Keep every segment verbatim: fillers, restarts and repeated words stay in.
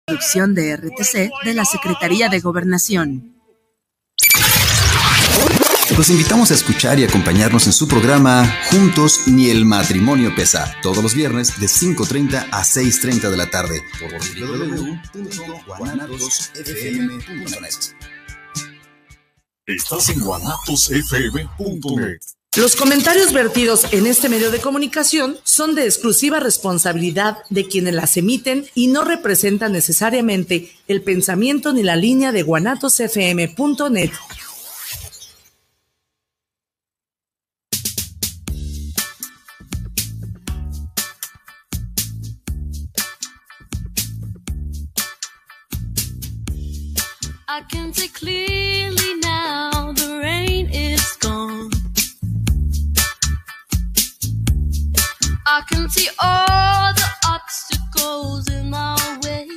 Producción de R T C de la Secretaría de Gobernación. Los invitamos a escuchar y acompañarnos en su programa Juntos Ni el Matrimonio Pesa, todos los viernes de cinco treinta a seis treinta de la tarde por doble u doble u doble u punto guanatos f m punto net. Estás en guanatos f m punto net. Los comentarios vertidos en este medio de comunicación son de exclusiva responsabilidad de quienes las emiten y no representan necesariamente el pensamiento ni la línea de guanatos f m punto net. I can see clearly now, the rain is gone. I can see all the obstacles in my way.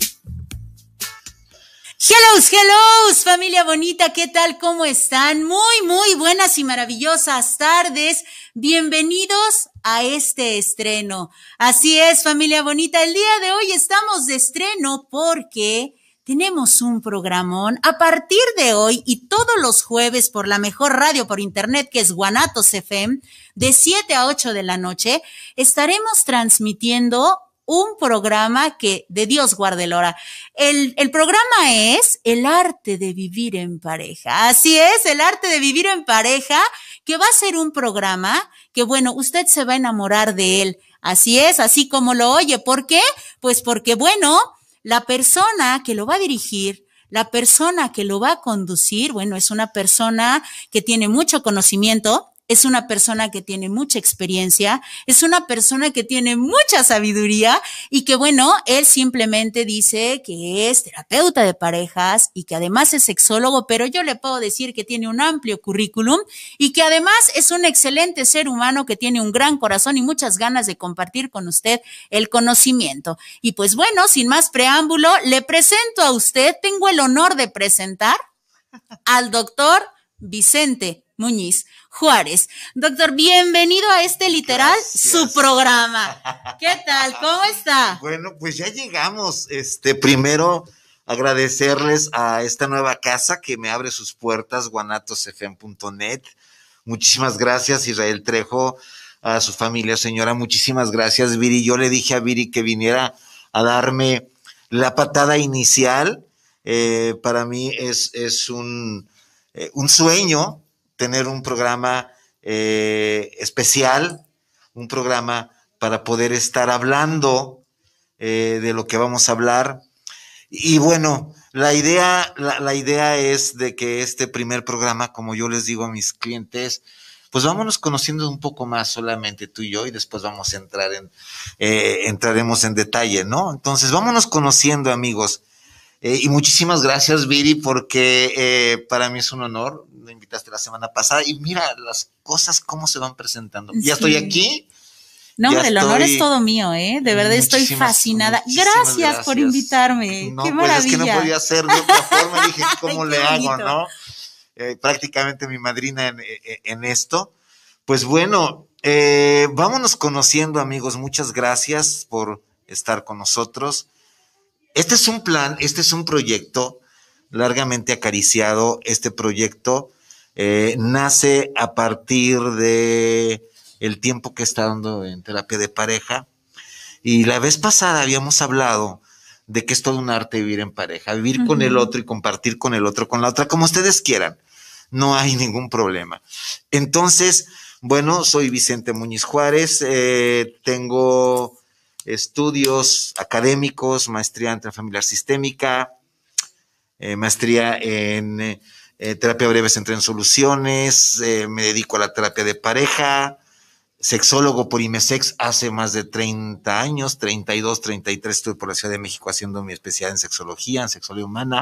Hellos, hellos, familia bonita, ¿qué tal? ¿Cómo están? Muy, muy buenas y maravillosas tardes. Bienvenidos a este estreno. Así es, familia bonita, el día de hoy estamos de estreno porque tenemos un programón. A partir de hoy y todos los jueves por la mejor radio por internet que es Guanatos F M, de siete a ocho de la noche, estaremos transmitiendo un programa que de Dios guarde el hora. El, el programa es El Arte de Vivir en Pareja. Así es, El Arte de Vivir en Pareja, que va a ser un programa que, bueno, usted se va a enamorar de él. Así es, así como lo oye. ¿Por qué? Pues porque, bueno, la persona que lo va a dirigir, la persona que lo va a conducir, bueno, es una persona que tiene mucho conocimiento, es una persona que tiene mucha experiencia, es una persona que tiene mucha sabiduría y que, bueno, él simplemente dice que es terapeuta de parejas y que además es sexólogo, pero yo le puedo decir que tiene un amplio currículum y que además es un excelente ser humano que tiene un gran corazón y muchas ganas de compartir con usted el conocimiento. Y pues bueno, sin más preámbulo, le presento a usted, tengo el honor de presentar al doctor Vicente Muñiz Juárez. Doctor, bienvenido a este literal, Gracias. Su programa. ¿Qué tal? ¿Cómo está? Bueno, pues ya llegamos. Este, primero agradecerles a esta nueva casa que me abre sus puertas, guanatos f m punto net. Muchísimas gracias, Israel Trejo, a su familia, señora. Muchísimas gracias, Viri. Yo le dije a Viri que viniera a darme la patada inicial. Eh, para mí es, es un, eh, un sueño tener un programa eh, especial, un programa para poder estar hablando eh, de lo que vamos a hablar. Y bueno, la idea, la, la idea es de que este primer programa, como yo les digo a mis clientes, pues vámonos conociendo un poco más solamente tú y yo, y después vamos a entrar en, eh, entraremos en detalle, ¿no? Entonces, vámonos conociendo, amigos. Eh, y muchísimas gracias, Viri, porque eh, para mí es un honor. Me invitaste la semana pasada y mira las cosas cómo se van presentando. Sí. Ya estoy aquí. No, hombre, el honor es todo mío, ¿eh? De verdad estoy fascinada. Gracias, gracias por invitarme. No, Qué pues maravilla. es que no podía ser de otra forma. Dije, ¿cómo Ay, le hago, no? Eh, prácticamente mi madrina en, en esto. Pues bueno, eh, vámonos conociendo, amigos. Muchas gracias por estar con nosotros. Este es un plan, este es un proyecto largamente acariciado. Este proyecto eh, nace a partir de el tiempo que está dando en terapia de pareja. Y la vez pasada habíamos hablado de que es todo un arte vivir en pareja, vivir uh-huh. con el otro y compartir con el otro, con la otra, como ustedes quieran. No hay ningún problema. Entonces, bueno, soy Vicente Muñiz Juárez, eh, tengo estudios académicos, maestría en terapia familiar sistémica, eh, maestría en eh, terapia breve centrada en soluciones, eh, me dedico a la terapia de pareja, sexólogo por IMESEX hace más de treinta años, treinta y dos, treinta y tres estuve por la Ciudad de México haciendo mi especialidad en sexología, en sexología humana,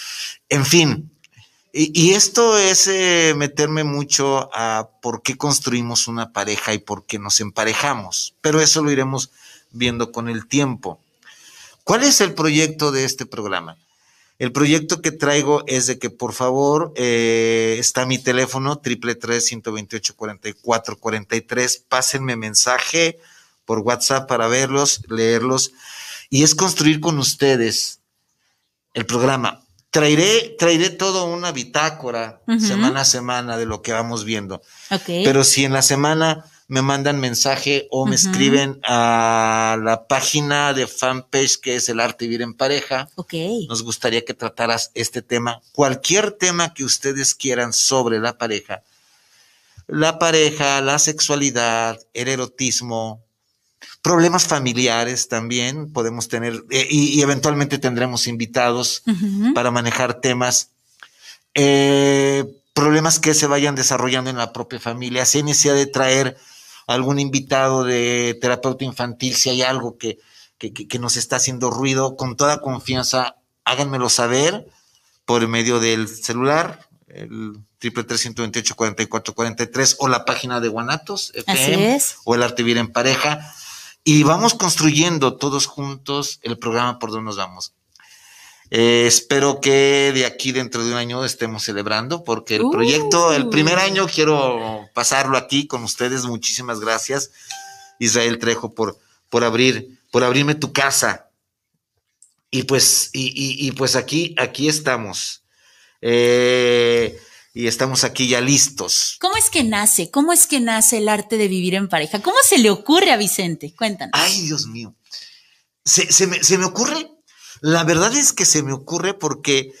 en fin. Y, y esto es eh, meterme mucho a por qué construimos una pareja y por qué nos emparejamos, pero eso lo iremos viendo con el tiempo. ¿Cuál es el proyecto de este programa? El proyecto que traigo es de que, por favor, eh, está mi teléfono, triple tres, ciento veintiocho, cuarenta y cuatro, cuarenta y tres, pásenme mensaje por WhatsApp para verlos, leerlos, y es construir con ustedes el programa. Traeré, traeré todo una bitácora uh-huh. semana a semana de lo que vamos viendo. Okay. Pero si en la semana me mandan mensaje o me uh-huh. escriben a la página de fanpage que es El Arte de Vivir en Pareja, okay. nos gustaría que trataras este tema, cualquier tema que ustedes quieran sobre la pareja, la pareja, la sexualidad, el erotismo, problemas familiares también podemos tener, eh, y, y eventualmente tendremos invitados uh-huh. para manejar temas, eh, problemas que se vayan desarrollando en la propia familia, sin necesidad de traer algún invitado de terapeuta infantil. Si hay algo que, que, que nos está haciendo ruido, con toda confianza, háganmelo saber por medio del celular, el triple tres ciento veintiocho cuarenta y cuatro cuarenta y tres, o la página de Guanatos F M, así es. O El Arte de Vivir en Pareja, y vamos construyendo todos juntos el programa por donde nos vamos. Eh, espero que de aquí dentro de un año estemos celebrando, porque el uh. proyecto, el primer año quiero pasarlo aquí con ustedes. Muchísimas gracias, Israel Trejo, por, por abrir, por abrirme tu casa. Y pues, y, y, y pues aquí, aquí estamos. Eh, y estamos aquí ya listos. ¿Cómo es que nace? ¿Cómo es que nace El Arte de Vivir en Pareja? ¿Cómo se le ocurre a Vicente? Cuéntanos. Ay, Dios mío. Se, se, me, se me ocurre, la verdad es que se me ocurre porque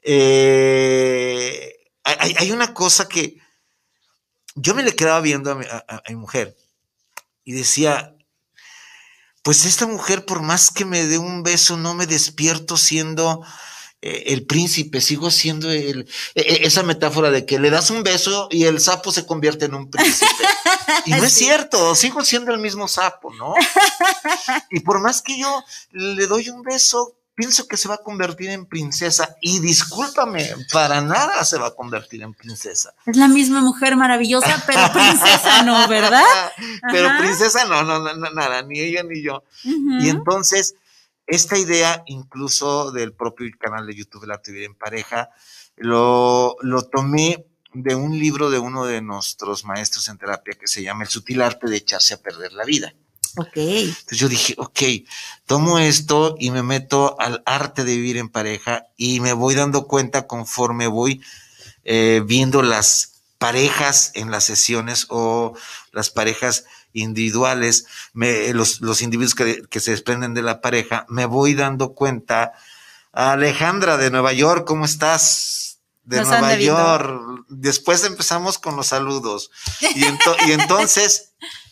eh, hay, hay una cosa que yo me le quedaba viendo a mi, a, a mi mujer y decía, pues esta mujer, por más que me dé un beso, no me despierto siendo el príncipe, sigo siendo el, esa metáfora de que le das un beso y el sapo se convierte en un príncipe. Y no sí. es cierto, sigo siendo el mismo sapo, ¿no? Y por más que yo le doy un beso, pienso que se va a convertir en princesa. Y discúlpame, para nada se va a convertir en princesa. Es la misma mujer maravillosa, pero princesa no, ¿verdad? Pero Ajá. princesa no, no, no, nada, ni ella ni yo. Uh-huh. Y entonces, esta idea, incluso del propio canal de YouTube El Arte de Vivir en Pareja, lo, lo tomé de un libro de uno de nuestros maestros en terapia que se llama El Sutil Arte de Echarse a Perder la Vida. Ok. Entonces yo dije, ok, tomo esto y me meto al arte de vivir en pareja y me voy dando cuenta conforme voy eh, viendo las parejas en las sesiones o las parejas individuales, me, los, los individuos que, que se desprenden de la pareja, me voy dando cuenta. Alejandra de Nueva York, ¿cómo estás? De Nos Nueva York. Después empezamos con los saludos. Y, ento, y entonces,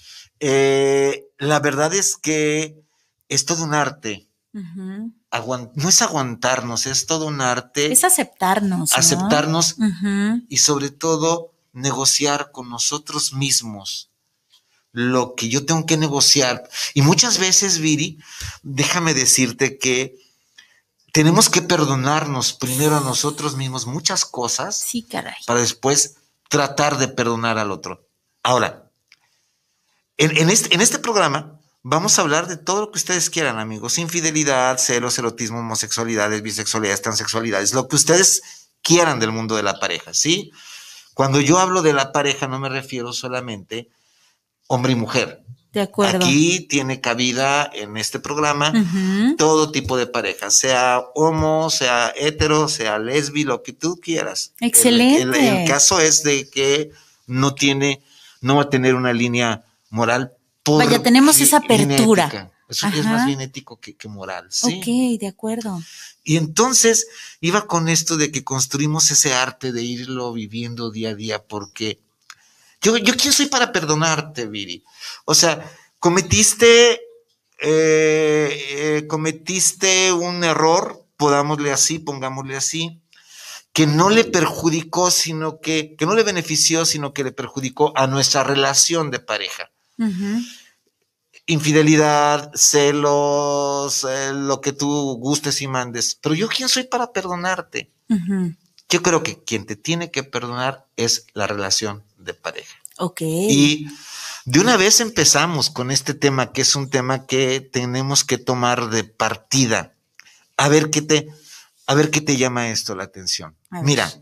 eh, la verdad es que es todo un arte. Uh-huh. Aguant, no es aguantarnos, es todo un arte. Es aceptarnos. Aceptarnos, ¿no? Uh-huh. Y sobre todo negociar con nosotros mismos lo que yo tengo que negociar. Y muchas veces, Viri, déjame decirte que tenemos que perdonarnos primero a nosotros mismos muchas cosas. Sí, caray. Para después tratar de perdonar al otro. Ahora, en, en, este, en este programa vamos a hablar de todo lo que ustedes quieran, amigos. Infidelidad, celos, erotismo, homosexualidades, bisexualidades, transexualidades, lo que ustedes quieran del mundo de la pareja, ¿sí? Cuando yo hablo de la pareja no me refiero solamente hombre y mujer. De acuerdo. Aquí tiene cabida en este programa uh-huh. todo tipo de pareja, sea homo, sea hetero, sea lesbi, lo que tú quieras. Excelente. El, el, el caso es de que no tiene, no va a tener una línea moral. Por Vaya, tenemos esa apertura. Genética. Eso es más bien ético que, que moral, ¿sí? Ok, de acuerdo. Y entonces iba con esto de que construimos ese arte de irlo viviendo día a día, porque yo, yo quién soy para perdonarte, Viri. O sea, cometiste, eh, eh, cometiste un error, podámosle así, pongámosle así, que no le perjudicó, sino que, que no le benefició, sino que le perjudicó a nuestra relación de pareja. Uh-huh. Infidelidad, celos, eh, lo que tú gustes y mandes. Pero yo, ¿quién soy para perdonarte? Uh-huh. Yo creo que quien te tiene que perdonar es la relación de pareja. Ok. Y de una vez empezamos con este tema, que es un tema que tenemos que tomar de partida. A ver qué te, a ver qué te llama esto la atención. Mira,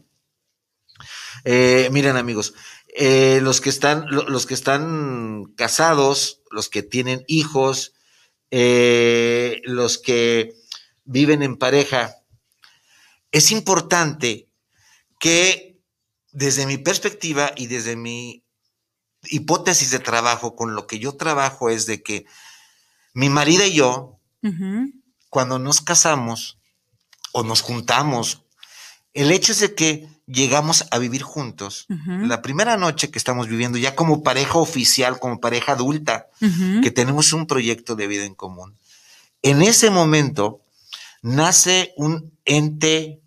eh, miren, amigos, eh, los que están, lo, los que están casados, los que tienen hijos, eh, los que viven en pareja, es importante que desde mi perspectiva y desde mi hipótesis de trabajo, con lo que yo trabajo es de que mi marido y yo, uh-huh. cuando nos casamos o nos juntamos, el hecho es de que llegamos a vivir juntos. Uh-huh. La primera noche que estamos viviendo ya como pareja oficial, como pareja adulta, uh-huh. que tenemos un proyecto de vida en común. En ese momento nace un ente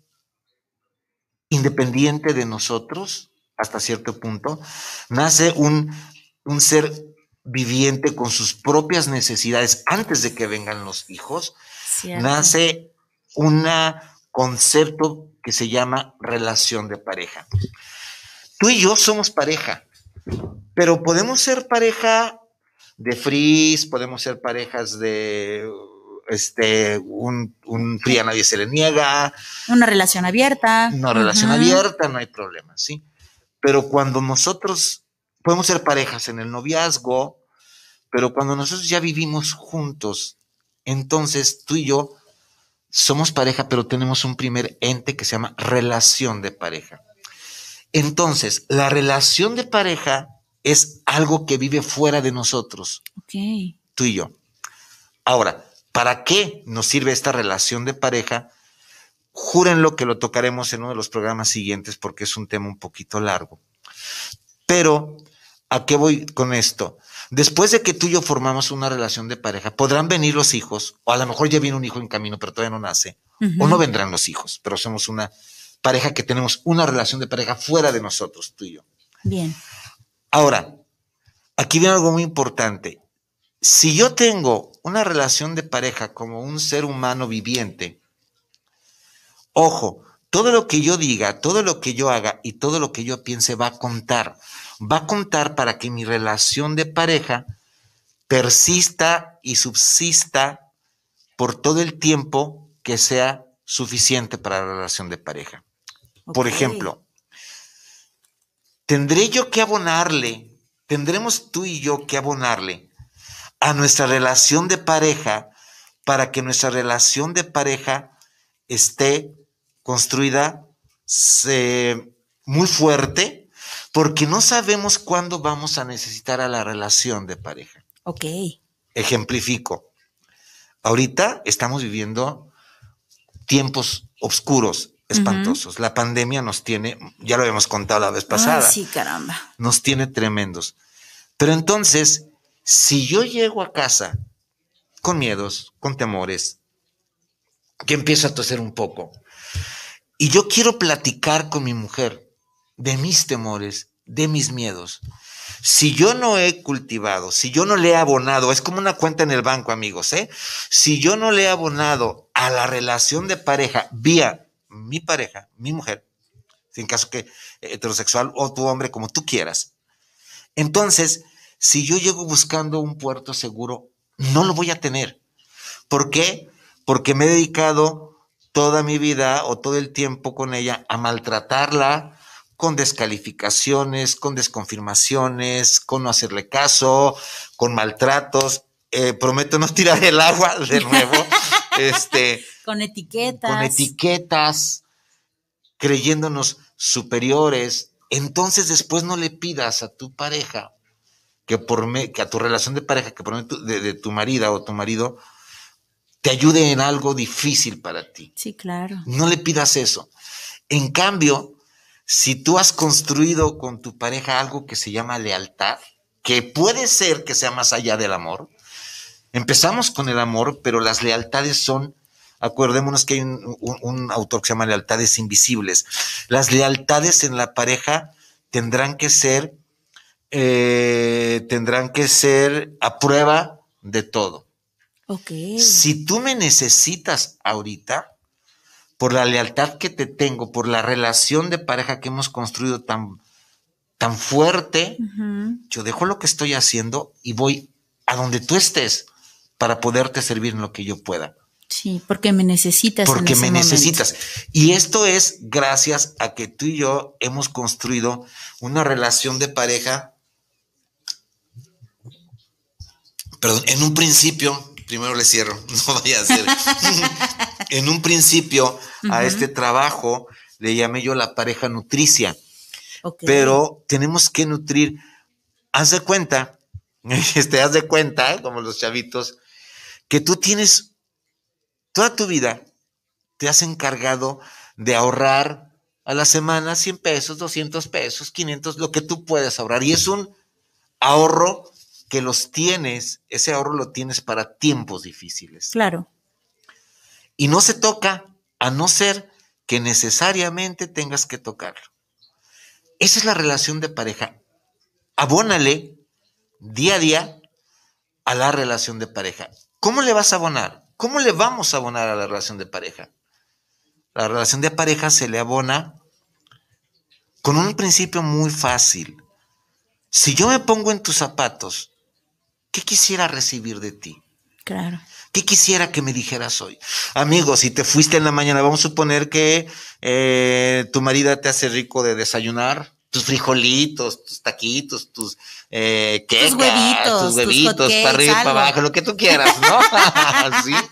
independiente de nosotros, hasta cierto punto, nace un, un ser viviente con sus propias necesidades antes de que vengan los hijos. Cierto. Nace un concepto que se llama relación de pareja. Tú y yo somos pareja, pero podemos ser pareja de frizz, podemos ser parejas de este un, un frío a nadie se le niega. Una relación abierta. Una relación uh-huh. abierta, no hay problema, ¿sí? Pero cuando nosotros podemos ser parejas en el noviazgo, pero cuando nosotros ya vivimos juntos, entonces tú y yo somos pareja, pero tenemos un primer ente que se llama relación de pareja. Entonces, la relación de pareja es algo que vive fuera de nosotros. Okay. Tú y yo. Ahora, ¿para qué nos sirve esta relación de pareja? Júrenlo que lo tocaremos en uno de los programas siguientes porque es un tema un poquito largo. Pero, ¿a qué voy con esto? Después de que tú y yo formamos una relación de pareja, podrán venir los hijos, o a lo mejor ya viene un hijo en camino, pero todavía no nace, uh-huh. o no vendrán los hijos, pero somos una pareja que tenemos una relación de pareja fuera de nosotros, tú y yo. Bien. Ahora, aquí viene algo muy importante. Si yo tengo una relación de pareja como un ser humano viviente, ojo, todo lo que yo diga, todo lo que yo haga y todo lo que yo piense va a contar. Va a contar para que mi relación de pareja persista y subsista por todo el tiempo que sea suficiente para la relación de pareja. Okay. Por ejemplo, tendré yo que abonarle, tendremos tú y yo que abonarle a nuestra relación de pareja para que nuestra relación de pareja esté construida se, muy fuerte, porque no sabemos cuándo vamos a necesitar a la relación de pareja. Ok. Ejemplifico. Ahorita estamos viviendo tiempos oscuros, espantosos. Uh-huh. La pandemia nos tiene, ya lo habíamos contado la vez pasada. Ay, sí, caramba. Nos tiene tremendos. Pero entonces, si yo llego a casa con miedos, con temores, que empiezo a toser un poco, y yo quiero platicar con mi mujer de mis temores, de mis miedos. Si yo no he cultivado, si yo no le he abonado, es como una cuenta en el banco, amigos, ¿eh? Si yo no le he abonado a la relación de pareja vía mi pareja, mi mujer, en caso que heterosexual o tu hombre, como tú quieras, entonces, si yo llego buscando un puerto seguro, no lo voy a tener. ¿Por qué? Porque me he dedicado toda mi vida o todo el tiempo con ella a maltratarla, con descalificaciones, con desconfirmaciones, con no hacerle caso, con maltratos. Eh, prometo no tirar el agua de nuevo. este, con etiquetas. Con etiquetas, creyéndonos superiores. Entonces después no le pidas a tu pareja, que, por me, que a tu relación de pareja, que por medio de, de tu marida o tu marido, te ayude en algo difícil para ti. Sí, claro. No le pidas eso. En cambio, si tú has construido con tu pareja algo que se llama lealtad, que puede ser que sea más allá del amor, empezamos con el amor, pero las lealtades son, acordémonos que hay un, un, un autor que se llama Lealtades Invisibles. Las lealtades en la pareja tendrán que ser, eh, tendrán que ser a prueba de todo. Okay. Si tú me necesitas ahorita, por la lealtad que te tengo, por la relación de pareja que hemos construido tan, tan fuerte, uh-huh. yo dejo lo que estoy haciendo y voy a donde tú estés para poderte servir en lo que yo pueda. Sí, porque me necesitas. Porque en ese me momento. necesitas. Y esto es gracias a que tú y yo hemos construido una relación de pareja, perdón, en un principio, primero le cierro, no vaya a ser. En un principio, uh-huh. a este trabajo le llamé yo la pareja nutricia. Okay. Pero tenemos que nutrir. Haz de cuenta, este, haz de cuenta, como los chavitos, que tú tienes toda tu vida, te has encargado de ahorrar a la semana cien pesos, doscientos pesos, quinientos, lo que tú puedas ahorrar. Y es un ahorro que los tienes, ese ahorro lo tienes para tiempos difíciles. Claro. Y no se toca, a no ser que necesariamente tengas que tocarlo. Esa es la relación de pareja. Abónale día a día a la relación de pareja. ¿Cómo le vas a abonar? ¿Cómo le vamos a abonar a la relación de pareja? La relación de pareja se le abona con un principio muy fácil. Si yo me pongo en tus zapatos, ¿qué quisiera recibir de ti? Claro. ¿Qué quisiera que me dijeras hoy? Amigo, si te fuiste en la mañana, vamos a suponer que eh, tu marido te hace rico de desayunar, tus frijolitos, tus taquitos, tus eh, quecas, tus huevitos, tus huevitos, tus para arriba, para abajo, lo que tú quieras, ¿no? ¿Sí?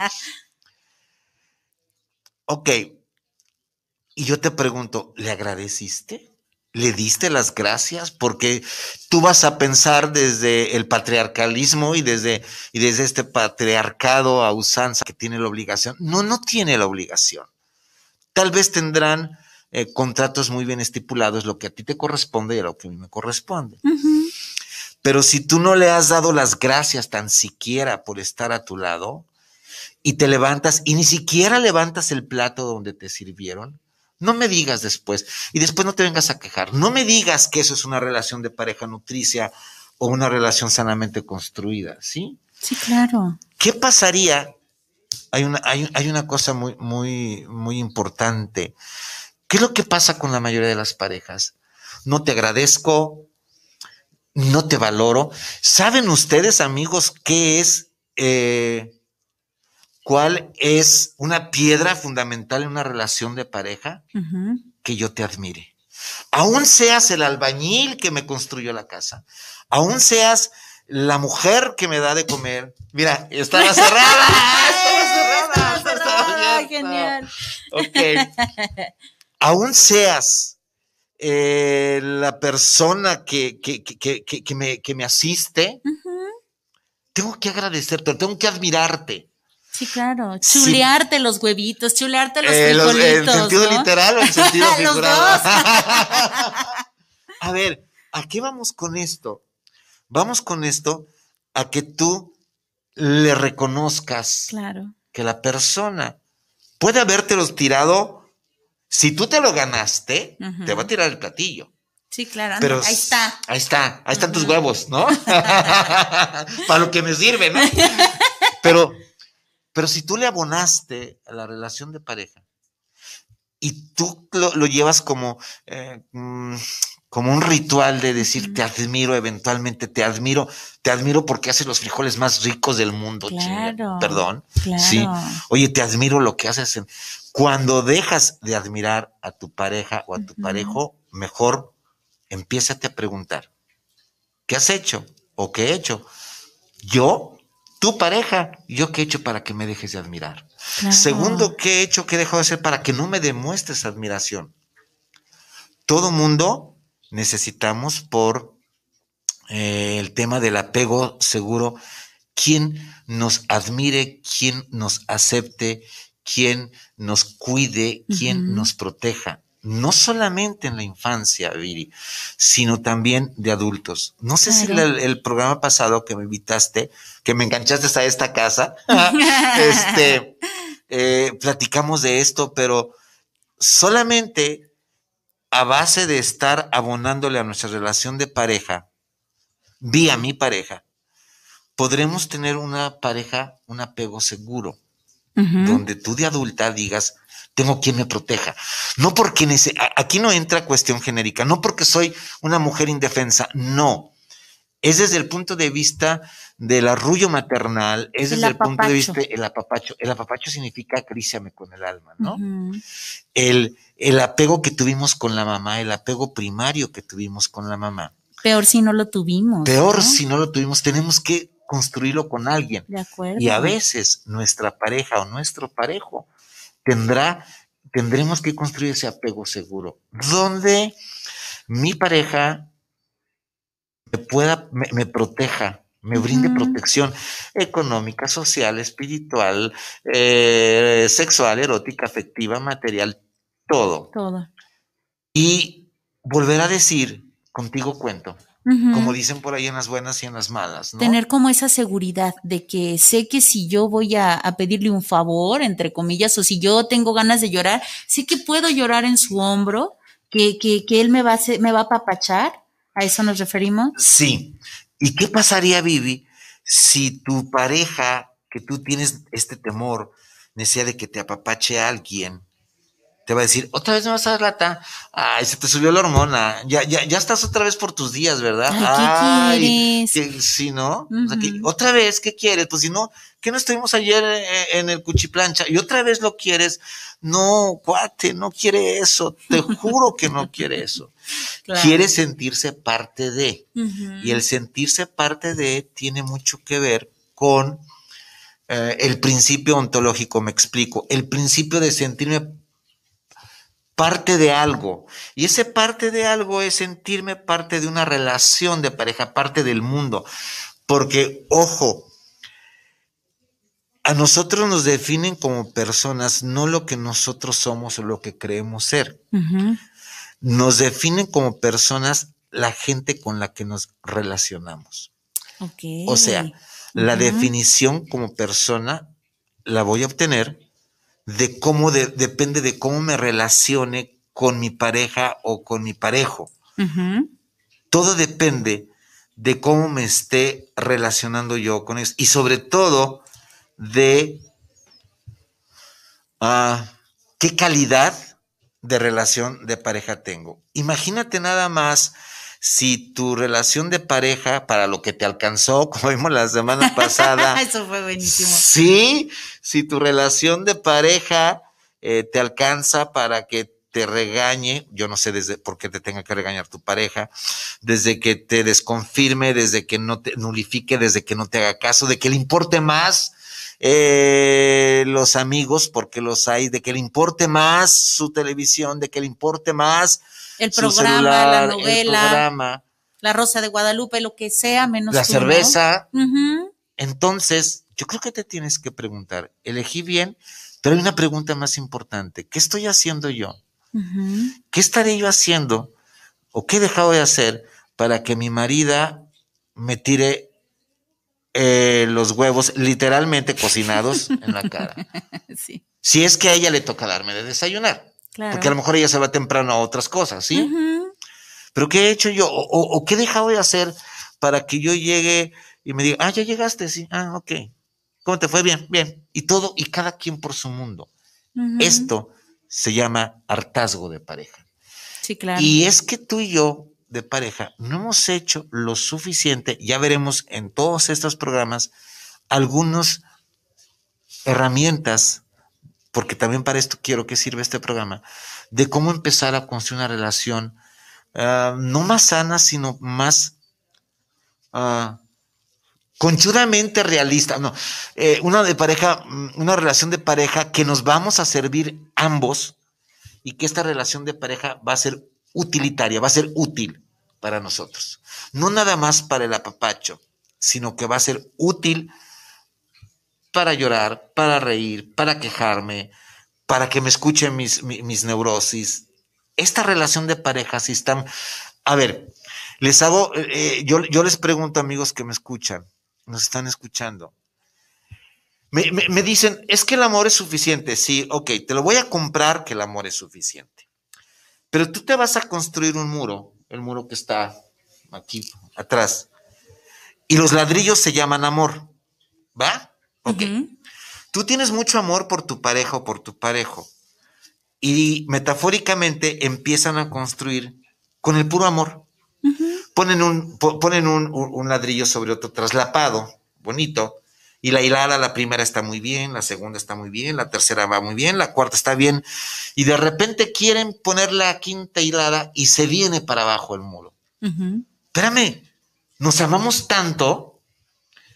Ok. Y yo te pregunto, ¿le agradeciste? ¿Le diste las gracias? Porque tú vas a pensar desde el patriarcalismo y desde, y desde este patriarcado a usanza que tiene la obligación. No, no tiene la obligación. Tal vez tendrán eh, contratos muy bien estipulados, lo que a ti te corresponde y a lo que a mí me corresponde. Uh-huh. Pero si tú no le has dado las gracias tan siquiera por estar a tu lado y te levantas y ni siquiera levantas el plato donde te sirvieron, no me digas después, y después no te vengas a quejar. No me digas que eso es una relación de pareja nutricia o una relación sanamente construida, ¿sí? Sí, claro. ¿Qué pasaría? Hay una, hay, hay una cosa muy, muy, muy importante. ¿Qué es lo que pasa con la mayoría de las parejas? No te agradezco, no te valoro. ¿Saben ustedes, amigos, qué es... Eh, ¿Cuál es una piedra fundamental en una relación de pareja? Uh-huh. Que yo te admire. Aún seas el albañil que me construyó la casa, aún seas la mujer que me da de comer. Mira, estaba cerrada. estaba cerrada. Estaba cerrada. Ay, genial. Ok. Aún seas eh, la persona que, que, que, que, que, me, que me asiste, uh-huh. tengo que agradecerte, tengo que admirarte. Sí, claro. Chulearte sí. los huevitos, chulearte los eh, frijolitos, ¿En sentido ¿no? literal o en sentido figurado? Los dos. A ver, ¿a qué vamos con esto? Vamos con esto a que tú le reconozcas claro. que la persona puede habértelos tirado. Si tú te lo ganaste, uh-huh. te va a tirar el platillo. Sí, claro. Pero anda, ahí está. Ahí está. Ahí están uh-huh. tus huevos, ¿no? Para lo que me sirve, ¿no? Pero... Pero si tú le abonaste a la relación de pareja y tú lo, lo llevas como, eh, como un ritual de decir uh-huh. te admiro, eventualmente te admiro, te admiro porque haces los frijoles más ricos del mundo, claro, chinga, perdón. Claro. Sí. Oye, te admiro lo que haces. En... Cuando dejas de admirar a tu pareja o a tu uh-huh. parejo, mejor empiézate a preguntar, ¿qué has hecho o qué he hecho? Yo... Tu pareja, ¿yo qué he hecho para que me dejes de admirar? Claro. Segundo, ¿qué he hecho, qué he dejado de hacer para que no me demuestres admiración? Todo mundo necesitamos por eh, el tema del apego seguro, quien nos admire, quien nos acepte, quien nos cuide, quien uh-huh. nos proteja. No solamente en la infancia, Viri, sino también de adultos. No sé claro. si el, el programa pasado que me invitaste, que me enganchaste a esta casa, este, eh, platicamos de esto, pero solamente a base de estar abonándole a nuestra relación de pareja, vía mi pareja, podremos tener una pareja, un apego seguro, uh-huh. donde tú de adulta digas, tengo quien me proteja. No porque nece- aquí no entra cuestión genérica, no porque soy una mujer indefensa, no. Es desde el punto de vista del arrullo maternal, es desde el, el punto de vista el apapacho. El apapacho significa acaríciame con el alma, ¿no? Uh-huh. El, el apego que tuvimos con la mamá, el apego primario que tuvimos con la mamá. Peor si no lo tuvimos. Peor ¿no? si no lo tuvimos. Tenemos que construirlo con alguien. De acuerdo. Y a veces nuestra pareja o nuestro parejo tendrá, tendremos que construir ese apego seguro, donde mi pareja me pueda, me, me proteja, me brinde uh-huh. protección económica, social, espiritual, eh, sexual, erótica, afectiva, material, todo. Todo. Y volver a decir, contigo cuento, uh-huh. como dicen por ahí en las buenas y en las malas, ¿no? Tener como esa seguridad de que sé que si yo voy a, a pedirle un favor, entre comillas, o si yo tengo ganas de llorar, sé que puedo llorar en su hombro, que, que, que él me va, a hacer, me va a apapachar. ¿A eso nos referimos? Sí. ¿Y qué pasaría, Vivi, si tu pareja, que tú tienes este temor, necesidad de que te apapache a alguien, te va a decir, otra vez me vas a dar lata? Ay, se te subió la hormona, ya, ya, ya estás otra vez por tus días, ¿verdad? Ay, ¿qué Ay, quieres? Que, sí, ¿no? Uh-huh. O sea, que, otra vez, ¿qué quieres? Pues si no, ¿qué no estuvimos ayer en el cuchiplancha? Y otra vez lo quieres. No, cuate, no quiere eso, te juro que no quiere eso. Claro. Quiere sentirse parte de, uh-huh. y el sentirse parte de tiene mucho que ver con eh, el principio ontológico, me explico, el principio de sentirme parte de algo, y ese parte de algo es sentirme parte de una relación de pareja, parte del mundo, porque, ojo, a nosotros nos definen como personas, no lo que nosotros somos o lo que creemos ser. Uh-huh. Nos definen como personas la gente con la que nos relacionamos. Okay. O sea, uh-huh. la definición como persona la voy a obtener de cómo, de, depende de cómo me relacione con mi pareja o con mi parejo. Uh-huh. Todo depende de cómo me esté relacionando yo con ellos. Y sobre todo, de uh, qué calidad de relación de pareja tengo. Imagínate nada más si tu relación de pareja, para lo que te alcanzó, como vimos la semana pasada. Eso fue buenísimo. Sí, si tu relación de pareja eh, te alcanza para que te regañe, yo no sé desde por qué te tenga que regañar tu pareja, desde que te desconfirme, desde que no te nulifique, desde que no te haga caso, de que le importe más Eh, los amigos, porque los hay, de que le importe más su televisión, de que le importe más el programa, celular, la novela, el programa, la Rosa de Guadalupe, lo que sea, menos la tú, cerveza. ¿no? Uh-huh. Entonces, yo creo que te tienes que preguntar, elegí bien, pero hay una pregunta más importante, ¿qué estoy haciendo yo? Uh-huh. ¿Qué estaré yo haciendo o qué he dejado de hacer para que mi marida me tire Eh, los huevos literalmente cocinados en la cara? Sí. Si es que a ella le toca darme de desayunar, claro. Porque a lo mejor ella se va temprano a otras cosas, ¿sí? Uh-huh. Pero ¿qué he hecho yo? O, o, o ¿qué he dejado de hacer para que yo llegue y me diga, ah, ya llegaste, sí, ah, ok, ¿cómo te fue? Bien, bien, y todo, y cada quien por su mundo. Uh-huh. Esto se llama hartazgo de pareja. Sí, claro. Y es que tú y yo de pareja, no hemos hecho lo suficiente, ya veremos en todos estos programas algunas herramientas, porque también para esto quiero que sirva este programa, de cómo empezar a construir una relación uh, no más sana, sino más uh, conchudamente realista, no, eh, una de pareja, una relación de pareja que nos vamos a servir ambos y que esta relación de pareja va a ser utilitaria, va a ser útil para nosotros. No nada más para el apapacho, sino que va a ser útil para llorar, para reír, para quejarme, para que me escuchen mis, mis, mis neurosis. Esta relación de pareja, si están... A ver, les hago... Eh, yo, yo les pregunto, amigos que me escuchan, nos están escuchando. Me, me, me dicen, es que el amor es suficiente. Sí, ok, te lo voy a comprar que el amor es suficiente. Pero tú te vas a construir un muro, el muro que está aquí atrás, y los ladrillos se llaman amor, ¿va? Ok. Uh-huh. Tú tienes mucho amor por tu pareja o por tu parejo, y metafóricamente empiezan a construir con el puro amor. Uh-huh. Ponen, un, po, ponen un, un, un ladrillo sobre otro traslapado, bonito, y la hilada, la primera está muy bien, la segunda está muy bien, la tercera va muy bien, la cuarta está bien, y de repente quieren poner la quinta hilada y se viene para abajo el muro. Uh-huh. Espérame, nos amamos tanto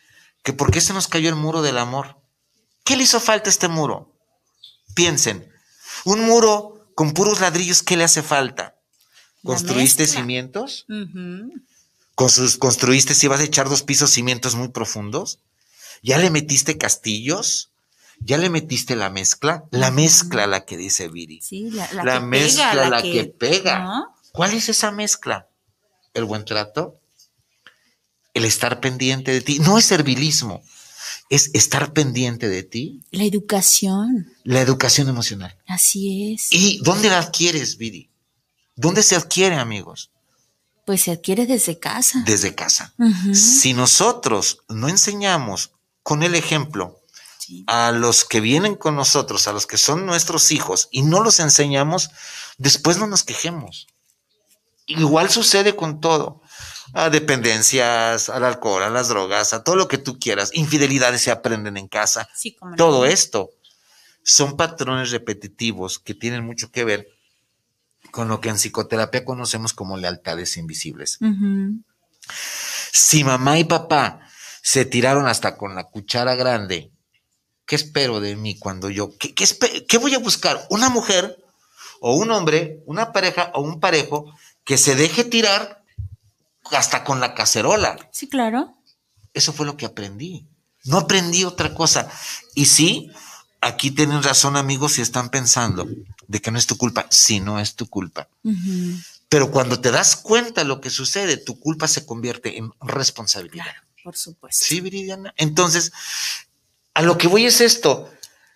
que por qué se nos cayó el muro del amor. ¿Qué le hizo falta a este muro? Piensen, un muro con puros ladrillos, ¿qué le hace falta? ¿Construiste cimientos? Uh-huh. ¿Con sus, ¿Construiste si vas a echar dos pisos cimientos muy profundos? ¿Ya le metiste castillos? ¿Ya le metiste la mezcla? La Uh-huh. mezcla, la que dice Viri. Sí, la, la, La que mezcla, pega, la, la que, que pega. ¿no? ¿Cuál es esa mezcla? El buen trato, el estar pendiente de ti. No es servilismo, es estar pendiente de ti. La educación. La educación emocional. Así es. ¿Y dónde la adquieres, Viri? ¿Dónde se adquiere, amigos? Pues se adquiere desde casa. Desde casa. Uh-huh. Si nosotros no enseñamos con el ejemplo Sí. a los que vienen con nosotros, a los que son nuestros hijos, y no los enseñamos, después no nos quejemos. Igual sucede con todo. A dependencias, al alcohol, a las drogas, a todo lo que tú quieras. Infidelidades se aprenden en casa. Sí, cómo no. Todo esto son patrones repetitivos que tienen mucho que ver con lo que en psicoterapia conocemos como lealtades invisibles. Uh-huh. Si mamá y papá se tiraron hasta con la cuchara grande, ¿qué espero de mí cuando yo? ¿Qué, qué, espe- qué voy a buscar? ¿Una mujer o un hombre, una pareja o un parejo que se deje tirar hasta con la cacerola? Sí, claro. Eso fue lo que aprendí. No aprendí otra cosa. Y sí, aquí tienen razón, amigos, si están pensando de que no es tu culpa. Sí, no es tu culpa. Uh-huh. Pero cuando te das cuenta de lo que sucede, tu culpa se convierte en responsabilidad. Claro, por supuesto. Sí, Viridiana. Entonces, a lo que voy es esto.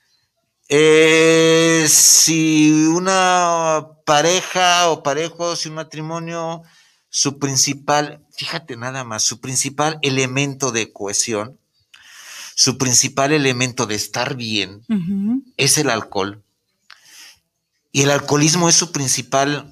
Eh, si una pareja o parejo, si un matrimonio, su principal, fíjate nada más, su principal elemento de cohesión, su principal elemento de estar bien Uh-huh. es el alcohol. Y el alcoholismo es su principal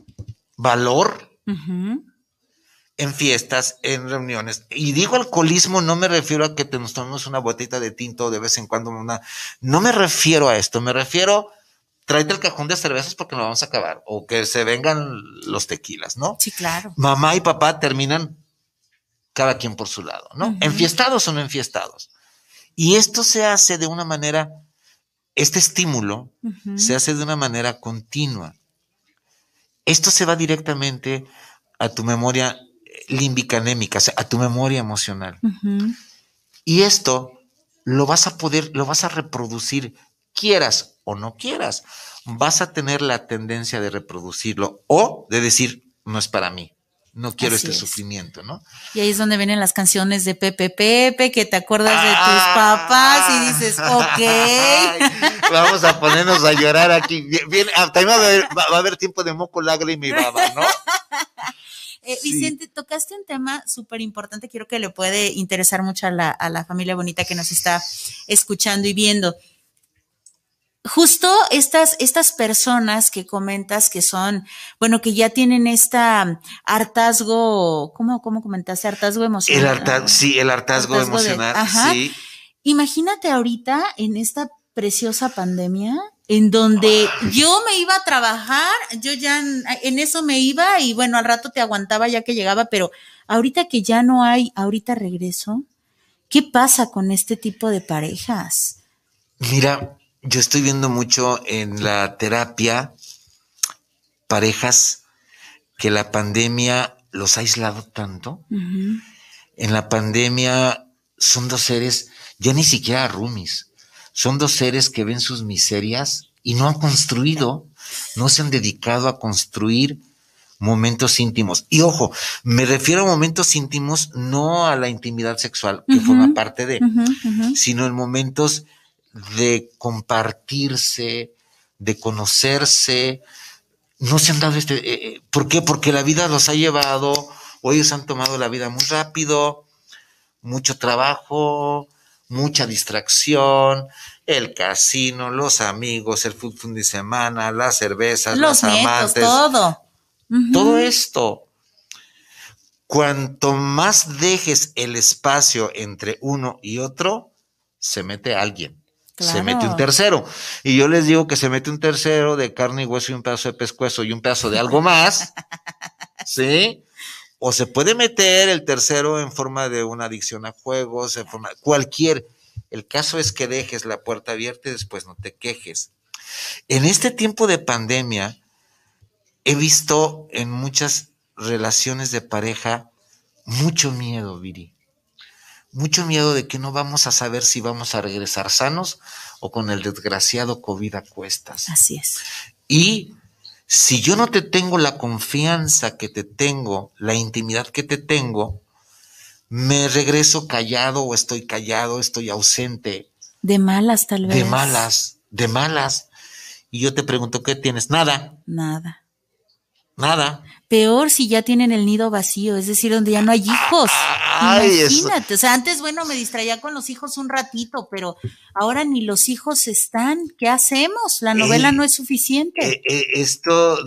valor Uh-huh. en fiestas, en reuniones. Y digo alcoholismo, no me refiero a que te nos tomemos una botita de tinto de vez en cuando. Una, no me refiero a esto, me refiero, tráete el cajón de cervezas porque nos vamos a acabar. O que se vengan los tequilas, ¿no? Sí, claro. Mamá y papá terminan cada quien por su lado, ¿no? Uh-huh. Enfiestados o no enfiestados. Y esto se hace de una manera, este estímulo Uh-huh. se hace de una manera continua. Esto se va directamente a tu memoria límbica anémica, o sea, a tu memoria emocional. Uh-huh. Y esto lo vas a poder, lo vas a reproducir, quieras o no quieras. Vas a tener la tendencia de reproducirlo o de decir, no es para mí, no quiero Así este es. sufrimiento, ¿no? Y ahí es donde vienen las canciones de Pepe Pepe, que te acuerdas de tus Ah. papás y dices, ok. Ay, vamos a ponernos a llorar aquí. Bien, bien, ah, también va a, haber, va, va a haber tiempo de moco, lágrima y baba, ¿no? Eh, Sí. Vicente, tocaste un tema súper importante, quiero que le puede interesar mucho a la, a la familia bonita que nos está escuchando y viendo. Justo estas, estas personas que comentas que son, bueno, que ya tienen esta hartazgo, ¿cómo, cómo comentaste? Hartazgo El emocional. hartazgo, sí, el hartazgo, Hartazgo de- emocional, ajá. sí. Imagínate ahorita en esta preciosa pandemia en donde yo me iba a trabajar, yo ya en, en eso me iba y bueno, al rato te aguantaba ya que llegaba, pero ahorita que ya no hay, ahorita regreso, ¿qué pasa con este tipo de parejas? Mira, yo estoy viendo mucho en la terapia parejas que la pandemia los ha aislado tanto. Uh-huh. En la pandemia son dos seres, ya ni siquiera roomies, son dos seres que ven sus miserias y no han construido, no se han dedicado a construir momentos íntimos. Y ojo, me refiero a momentos íntimos no a la intimidad sexual, que Uh-huh. forma parte de, Uh-huh, uh-huh. sino en momentos de compartirse, de conocerse. No se han dado este... Eh, ¿Por qué? Porque la vida los ha llevado, o ellos han tomado la vida muy rápido, mucho trabajo, mucha distracción, el casino, los amigos, el fin fin de semana, las cervezas, Los las nietos, amantes, todo. Uh-huh. todo esto. Cuanto más dejes el espacio entre uno y otro, se mete alguien. Claro. Se mete un tercero. Y yo les digo que se mete un tercero de carne y hueso y un pedazo de pescuezo y un pedazo de algo más. ¿Sí? o se puede meter el tercero en forma de una adicción a juegos, en forma, cualquier. El caso es que dejes la puerta abierta y después no te quejes. En este tiempo de pandemia, he visto en muchas relaciones de pareja mucho miedo, Viri. Mucho miedo de que no vamos a saber si vamos a regresar sanos o con el desgraciado COVID a cuestas. Así es. Y si yo no te tengo la confianza que te tengo, la intimidad que te tengo, me regreso callado o estoy callado, estoy ausente. De malas, tal vez. De malas, de malas. Y yo te pregunto, ¿qué tienes? Nada. Nada. Nada. Peor si ya tienen el nido vacío, es decir, donde ya no hay hijos. Ay, Imagínate, eso. O sea, antes, bueno, me distraía con los hijos un ratito, pero ahora ni los hijos están. ¿Qué hacemos? La novela Eh, no es suficiente. Eh, eh, esto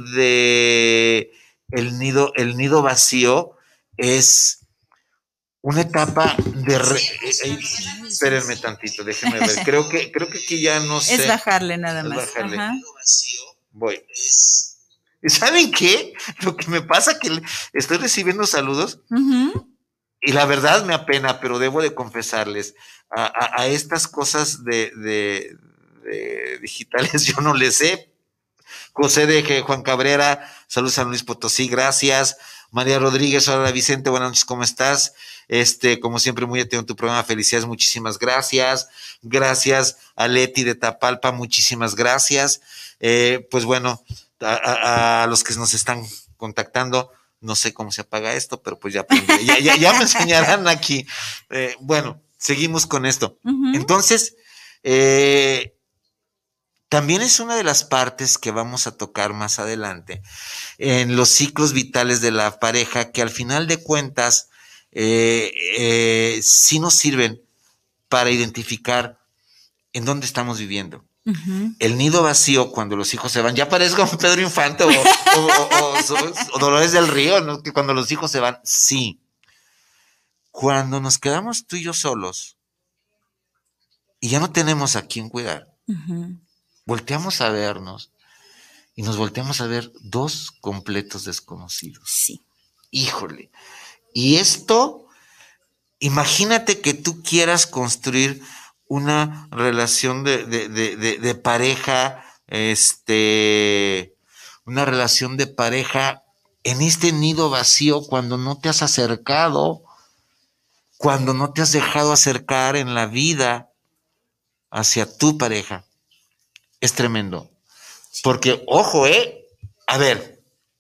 de el nido, el nido vacío es una etapa de re, eh, eh, espérenme tantito, déjenme ver. Creo que, creo que aquí ya no sé. Es bajarle nada Es más. bajarle. Ajá. Voy. ¿Y saben qué? Lo que me pasa es que estoy recibiendo saludos Uh-huh. y la verdad me apena, pero debo de confesarles, a, a, a estas cosas de, de, de digitales yo no les sé. José de Juan Cabrera, saludos a San Luis Potosí, gracias. María Rodríguez, hola Vicente, buenas noches, ¿cómo estás? Este, como siempre, muy atento a tu programa, felicidades, muchísimas gracias. Gracias a Leti de Tapalpa, muchísimas gracias. Eh, pues bueno, a, a, a los que nos están contactando, no sé cómo se apaga esto, pero pues ya aprendí, ya, ya, ya me enseñarán aquí. Eh, bueno, seguimos con esto. Uh-huh. Entonces, eh, también es una de las partes que vamos a tocar más adelante en los ciclos vitales de la pareja, que al final de cuentas eh, eh, sí nos sirven para identificar en dónde estamos viviendo. Uh-huh. El nido vacío, cuando los hijos se van, ya parezco como Pedro Infante o, o, o, o, o Dolores del Río, ¿no? Que cuando los hijos se van, sí. Cuando nos quedamos tú y yo solos y ya no tenemos a quién cuidar, Uh-huh. volteamos a vernos y nos volteamos a ver dos completos desconocidos. Sí. Híjole. Y esto, imagínate que tú quieras construir una relación de, de, de, de, de pareja, este, una relación de pareja en este nido vacío cuando no te has acercado, cuando no te has dejado acercar en la vida hacia tu pareja. Es tremendo. Porque, ojo, eh, a ver,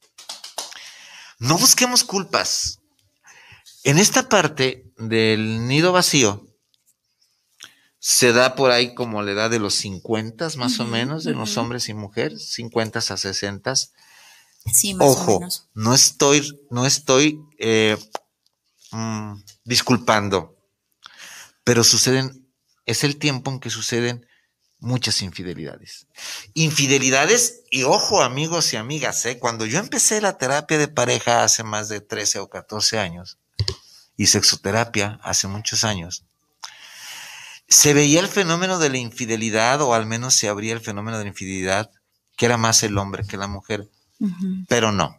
no busquemos culpas. En esta parte del nido vacío se da por ahí como la edad de los cincuenta, más uh-huh, o menos, de uh-huh. los hombres y mujeres, cincuenta a sesenta. Sí, más ojo, o menos. no estoy, no estoy eh, mm, disculpando, pero suceden, es el tiempo en que suceden muchas infidelidades. Infidelidades, y ojo, amigos y amigas, ¿eh? Cuando yo empecé la terapia de pareja hace más de trece o catorce años, y sexoterapia hace muchos años, se veía el fenómeno de la infidelidad, o al menos se abría el fenómeno de la infidelidad, que era más el hombre que la mujer. Uh-huh. Pero no.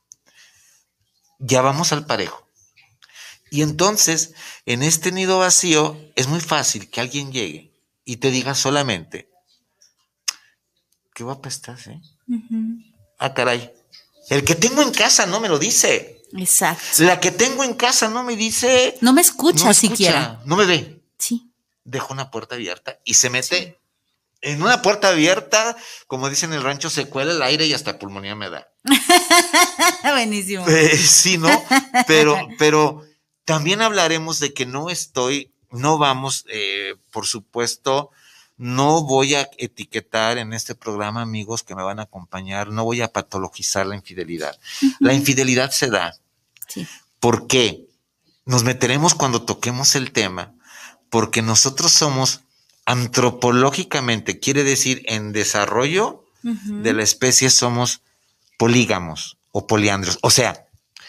Ya vamos al parejo. Y entonces, en este nido vacío, es muy fácil que alguien llegue y te diga solamente, qué guapa estás, ¿eh? Uh-huh. Ah, caray. El que tengo en casa no me lo dice. Exacto. La que tengo en casa no me dice. No me escucha, no me escucha siquiera. No me ve. Sí. Deja una puerta abierta y se mete sí. en una puerta abierta, como dicen en el rancho, se cuela el aire y hasta pulmonía me da. Buenísimo. Eh, sí, ¿no? Pero, pero también hablaremos de que no estoy, no vamos, eh, por supuesto, no voy a etiquetar en este programa, amigos que me van a acompañar, no voy a patologizar la infidelidad. Uh-huh. La infidelidad se da. Sí. ¿Por qué? Nos meteremos cuando toquemos el tema, porque nosotros somos antropológicamente, quiere decir en desarrollo uh-huh. de la especie, somos polígamos o poliandros. O sea,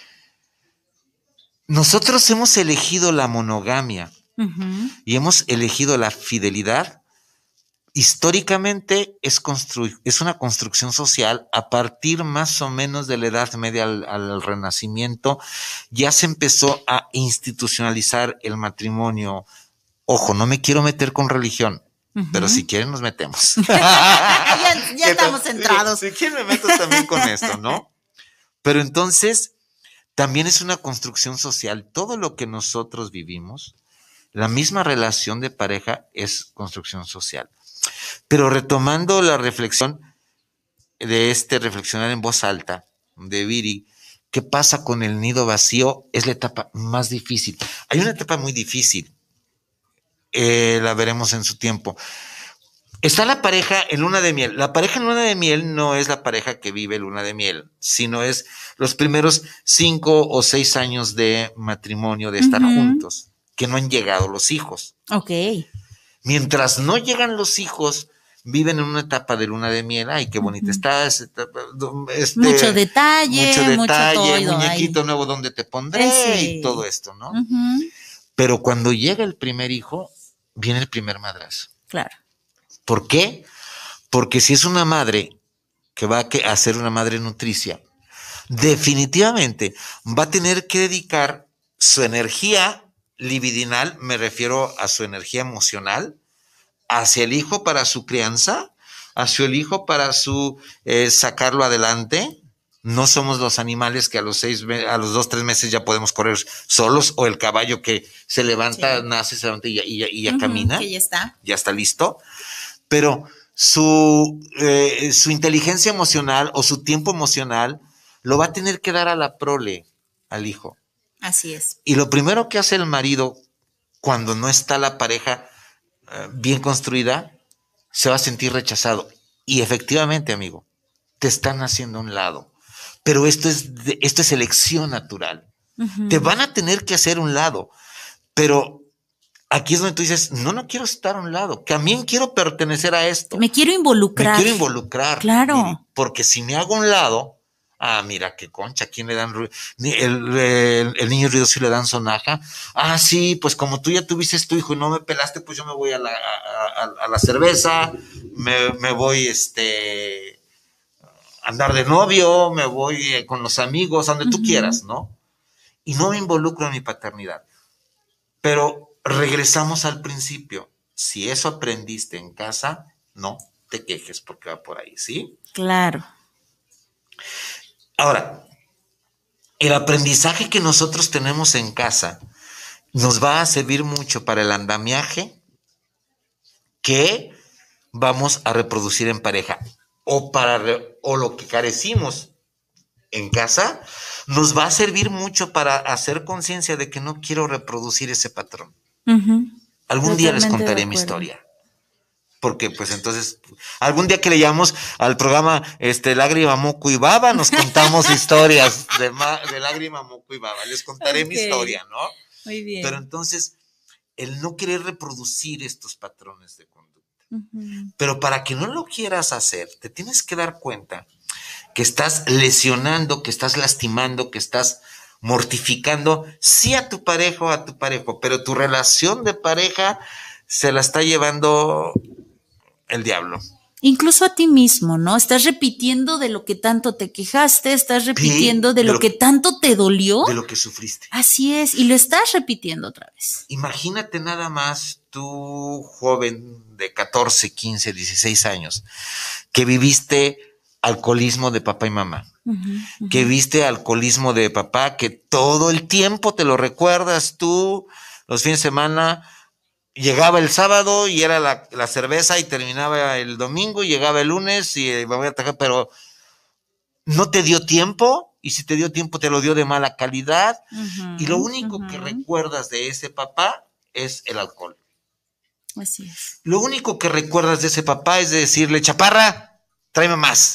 nosotros hemos elegido la monogamia uh-huh. y hemos elegido la fidelidad históricamente es, constru- es una construcción social a partir más o menos de la Edad Media al, al Renacimiento. Ya se empezó a institucionalizar el matrimonio. Ojo, no me quiero meter con religión, uh-huh. pero si quieren nos metemos. ya ya estamos centrados. Si, si quieren me meto también con esto, ¿no? Pero entonces también es una construcción social. Todo lo que nosotros vivimos, la misma relación de pareja es construcción social. Pero retomando la reflexión de este reflexionar en voz alta de Viri, ¿qué pasa con el nido vacío? Es la etapa más difícil. Hay una etapa muy difícil, eh, la veremos en su tiempo. Está la pareja en luna de miel. La pareja en luna de miel no es la pareja que vive luna de miel, sino es los primeros cinco o seis años de matrimonio, de estar uh-huh. juntos, que no han llegado los hijos. Ok. Mientras no llegan los hijos, viven en una etapa de luna de miel. Ay, qué bonita uh-huh. está. Este, mucho detalle, mucho detalle, mucho todo, muñequito ay. nuevo donde te pondré sí. y todo esto, ¿no? Uh-huh. Pero cuando llega el primer hijo, viene el primer madrazo. Claro. ¿Por qué? Porque si es una madre que va a ser una madre nutricia, definitivamente va a tener que dedicar su energía libidinal, me refiero a su energía emocional, hacia el hijo para su crianza, hacia el hijo para su eh, sacarlo adelante. No somos los animales que a los seis, a los dos, tres meses ya podemos correr solos, o el caballo que se levanta, sí. nace, se levanta y ya, y ya, y ya uh-huh, camina. Que ya está. Ya está listo. Pero su, eh, su inteligencia emocional o su tiempo emocional lo va a tener que dar a la prole, al hijo. Así es. Y lo primero que hace el marido cuando no está la pareja eh, bien construida, se va a sentir rechazado. Y efectivamente, amigo, te están haciendo a un lado. Pero esto es, de, esto es elección natural. Uh-huh. Te van a tener que hacer a un lado. Pero aquí es donde tú dices, no, no quiero estar a un lado. También quiero pertenecer a esto. Me quiero involucrar. Me quiero involucrar. Claro. Miri, porque si me hago a un lado, ah, mira qué concha, ¿a quién le dan ruido? El, el, el niño ruidoso le dan sonaja. Ah, sí, pues como tú ya tuviste tu hijo y no me pelaste, pues yo me voy a la, a, a, a la cerveza, me, me voy este, a andar de novio, me voy eh, con los amigos, a donde uh-huh. tú quieras, ¿no? Y no me involucro en mi paternidad. Pero regresamos al principio. Si eso aprendiste en casa, no te quejes porque va por ahí, ¿sí? Claro. Ahora, el aprendizaje que nosotros tenemos en casa nos va a servir mucho para el andamiaje que vamos a reproducir en pareja, o para re, o lo que carecimos en casa, nos va a servir mucho para hacer conciencia de que no quiero reproducir ese patrón. Uh-huh. Algún Totalmente día les contaré mi historia. Porque pues entonces, algún día que le llamamos al programa este, Lágrima, Moco y Baba, nos contamos historias de, ma, de Lágrima, Moco y Baba. Les contaré okay. mi historia, ¿no? Muy bien. Pero entonces, el no querer reproducir estos patrones de conducta. Uh-huh. Pero para que no lo quieras hacer, te tienes que dar cuenta que estás lesionando, que estás lastimando, que estás mortificando, sí a tu pareja o a tu pareja, pero tu relación de pareja se la está llevando el diablo. Incluso a ti mismo, ¿no? Estás repitiendo de lo que tanto te quejaste, estás repitiendo sí, de, de lo, lo que tanto te dolió. De lo que sufriste. Así es, y lo estás repitiendo otra vez. Imagínate nada más tú, joven de catorce, quince, dieciséis años, que viviste alcoholismo de papá y mamá. Uh-huh, uh-huh. Que viste alcoholismo de papá, que todo el tiempo te lo recuerdas tú, los fines de semana, llegaba el sábado y era la, la cerveza y terminaba el domingo y llegaba el lunes y me voy a atacar, pero no te dio tiempo, y si te dio tiempo te lo dio de mala calidad, uh-huh, y lo único uh-huh. que recuerdas de ese papá es el alcohol. Así es. Lo único que recuerdas de ese papá es de decirle, chaparra, tráeme más.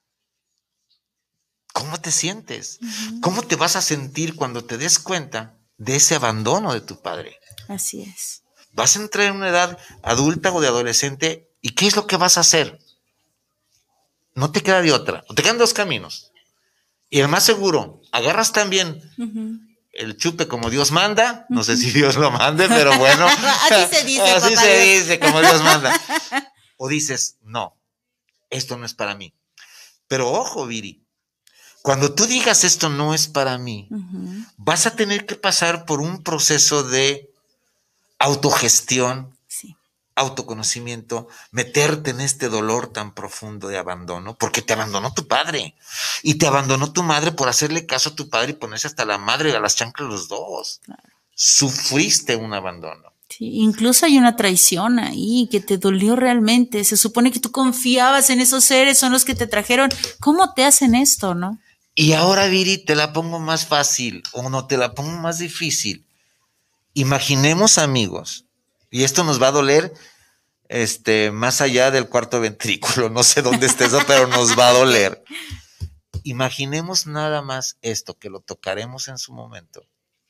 ¿Cómo te sientes? Uh-huh. ¿Cómo te vas a sentir cuando te des cuenta de ese abandono de tu padre? Así es. Vas a entrar en una edad adulta o de adolescente, ¿y qué es lo que vas a hacer? No te queda de otra, o te quedan dos caminos. Y el más seguro, agarras también uh-huh. el chupe como Dios manda, no uh-huh. sé si Dios lo mande, pero bueno. Así se dice, Así papá se Dios. dice, como Dios manda. o dices, no, esto no es para mí. Pero ojo, Viri, cuando tú digas esto no es para mí, uh-huh. vas a tener que pasar por un proceso de autogestión, sí. autoconocimiento, meterte en este dolor tan profundo de abandono, porque te abandonó tu padre y te abandonó tu madre por hacerle caso a tu padre y ponerse hasta la madre a las chanclas los dos. Claro. Sufriste un abandono. Sí, incluso hay una traición ahí que te dolió realmente. Se supone que tú confiabas en esos seres, son los que te trajeron. ¿Cómo te hacen esto, no? Y ahora, Viri, te la pongo más fácil o no te la pongo más difícil. Imaginemos, amigos, y esto nos va a doler este, más allá del cuarto ventrículo, no sé dónde esté eso, pero nos va a doler. Imaginemos nada más esto, que lo tocaremos en su momento.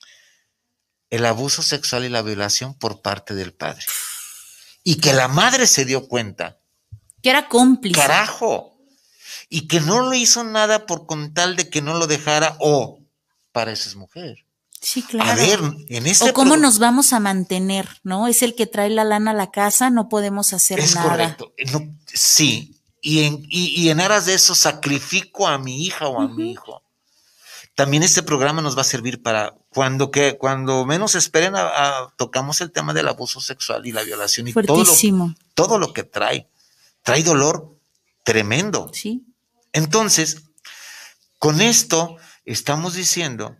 El abuso sexual y la violación por parte del padre. Y que la madre se dio cuenta. Que era cómplice. Carajo. Y que no le hizo nada por con tal de que no lo dejara, o para eso es mujer. Sí, claro. A ver, en este o cómo pro... nos vamos a mantener, ¿no? Es el que trae la lana a la casa, no podemos hacer es nada. Es correcto. No, sí. Y en, y, y en aras de eso sacrifico a mi hija o a uh-huh. mi hijo. También este programa nos va a servir para cuando que cuando menos esperen a, a, tocamos el tema del abuso sexual y la violación y todo lo, todo lo que trae. Trae dolor tremendo. Sí. Entonces, con esto estamos diciendo,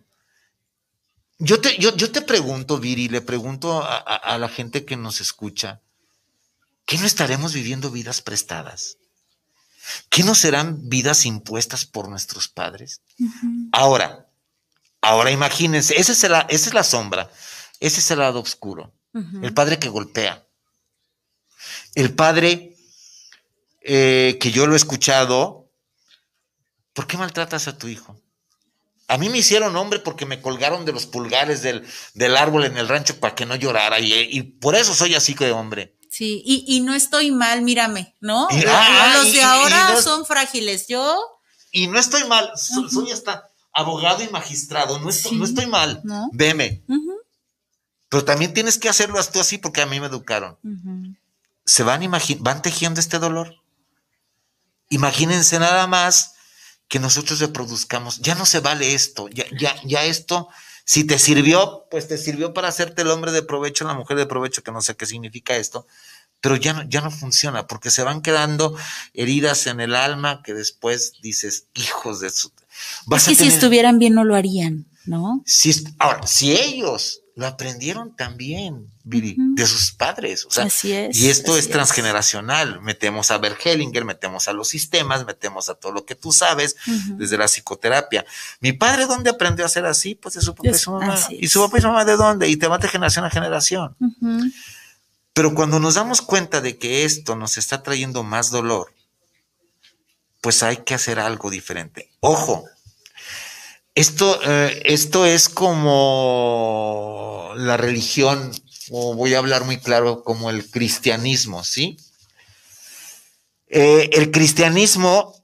yo te, yo, yo te pregunto, Viri, le pregunto a, a, a la gente que nos escucha, ¿qué no estaremos viviendo vidas prestadas? ¿Qué no serán vidas impuestas por nuestros padres? Uh-huh. Ahora, ahora imagínense, esa es, la, esa es la sombra, ese es el lado oscuro, uh-huh. el padre que golpea, el padre eh, que yo lo he escuchado. ¿Por qué maltratas a tu hijo? A mí me hicieron hombre porque me colgaron de los pulgares del, del árbol en el rancho para que no llorara y, y por eso soy así de hombre. Sí, y, y no estoy mal, mírame, ¿no? Y, ah, los y, de ahora y no, son frágiles, yo... Y no estoy mal, uh-huh. soy hasta abogado y magistrado, no estoy, sí. no estoy mal, ¿no? Veme. Uh-huh. Pero también tienes que hacerlo tú así porque a mí me educaron. Uh-huh. Se van, imagi- van tejiendo este dolor. Imagínense nada más que nosotros reproduzcamos, ya no se vale esto, ya, ya, ya esto, si te sirvió, pues te sirvió para hacerte el hombre de provecho, la mujer de provecho, que no sé qué significa esto, pero ya no, ya no funciona, porque se van quedando heridas en el alma que después dices, hijos de su... Vas es que a tener, si estuvieran bien no lo harían, ¿no? Si, ahora, si ellos lo aprendieron también, Viri, uh-huh. de sus padres, o sea, así es, y esto así es transgeneracional, es. Metemos a Bert Hellinger, metemos a los sistemas, metemos a todo lo que tú sabes, uh-huh. desde la psicoterapia. Mi padre, ¿dónde aprendió a ser así? Pues de su papá y su mamá. ¿Y su papá y su mamá de dónde? Y te va de generación a generación. Uh-huh. Pero cuando nos damos cuenta de que esto nos está trayendo más dolor, pues hay que hacer algo diferente. Ojo, esto, eh, esto es como la religión, o voy a hablar muy claro, como el cristianismo, ¿sí? Eh, el cristianismo,